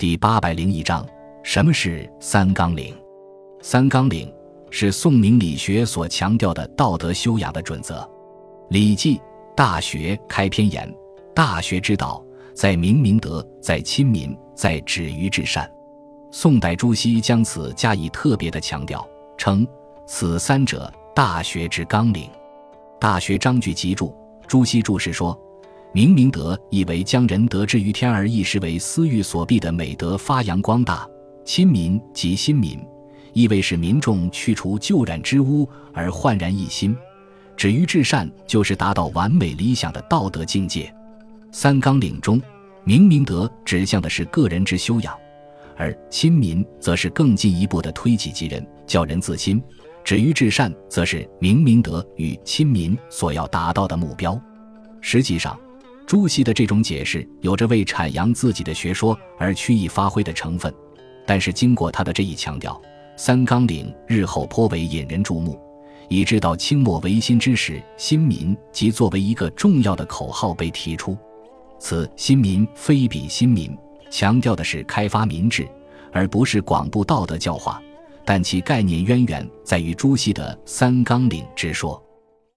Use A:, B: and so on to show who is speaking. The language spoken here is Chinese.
A: 第801章，什么是三纲领？三纲领是宋明理学所强调的道德修养的准则。《礼记·大学》开篇言：大学之道，在明明德，在亲民，在止于至善。宋代朱熹将此加以特别的强调，称此三者大学之纲领。大学章句集注，朱熹注释说，明明德意为将人德置于天而意识为私欲所避的美德发扬光大，亲民即心民，意为使民众去除旧染之污而焕然一新，止于至善就是达到完美理想的道德境界。三纲领中，明明德指向的是个人之修养，而亲民则是更进一步的推己及人，教人自新，止于至善则是明明德与亲民所要达到的目标。实际上，朱熹的这种解释有着为阐扬自己的学说而曲意发挥的成分，但是经过他的这一强调，三纲领日后颇为引人注目，以致到清末维新之时，新民即作为一个重要的口号被提出。此新民非彼新民，强调的是开发民智，而不是广布道德教化，但其概念渊源在于朱熹的三纲领之说。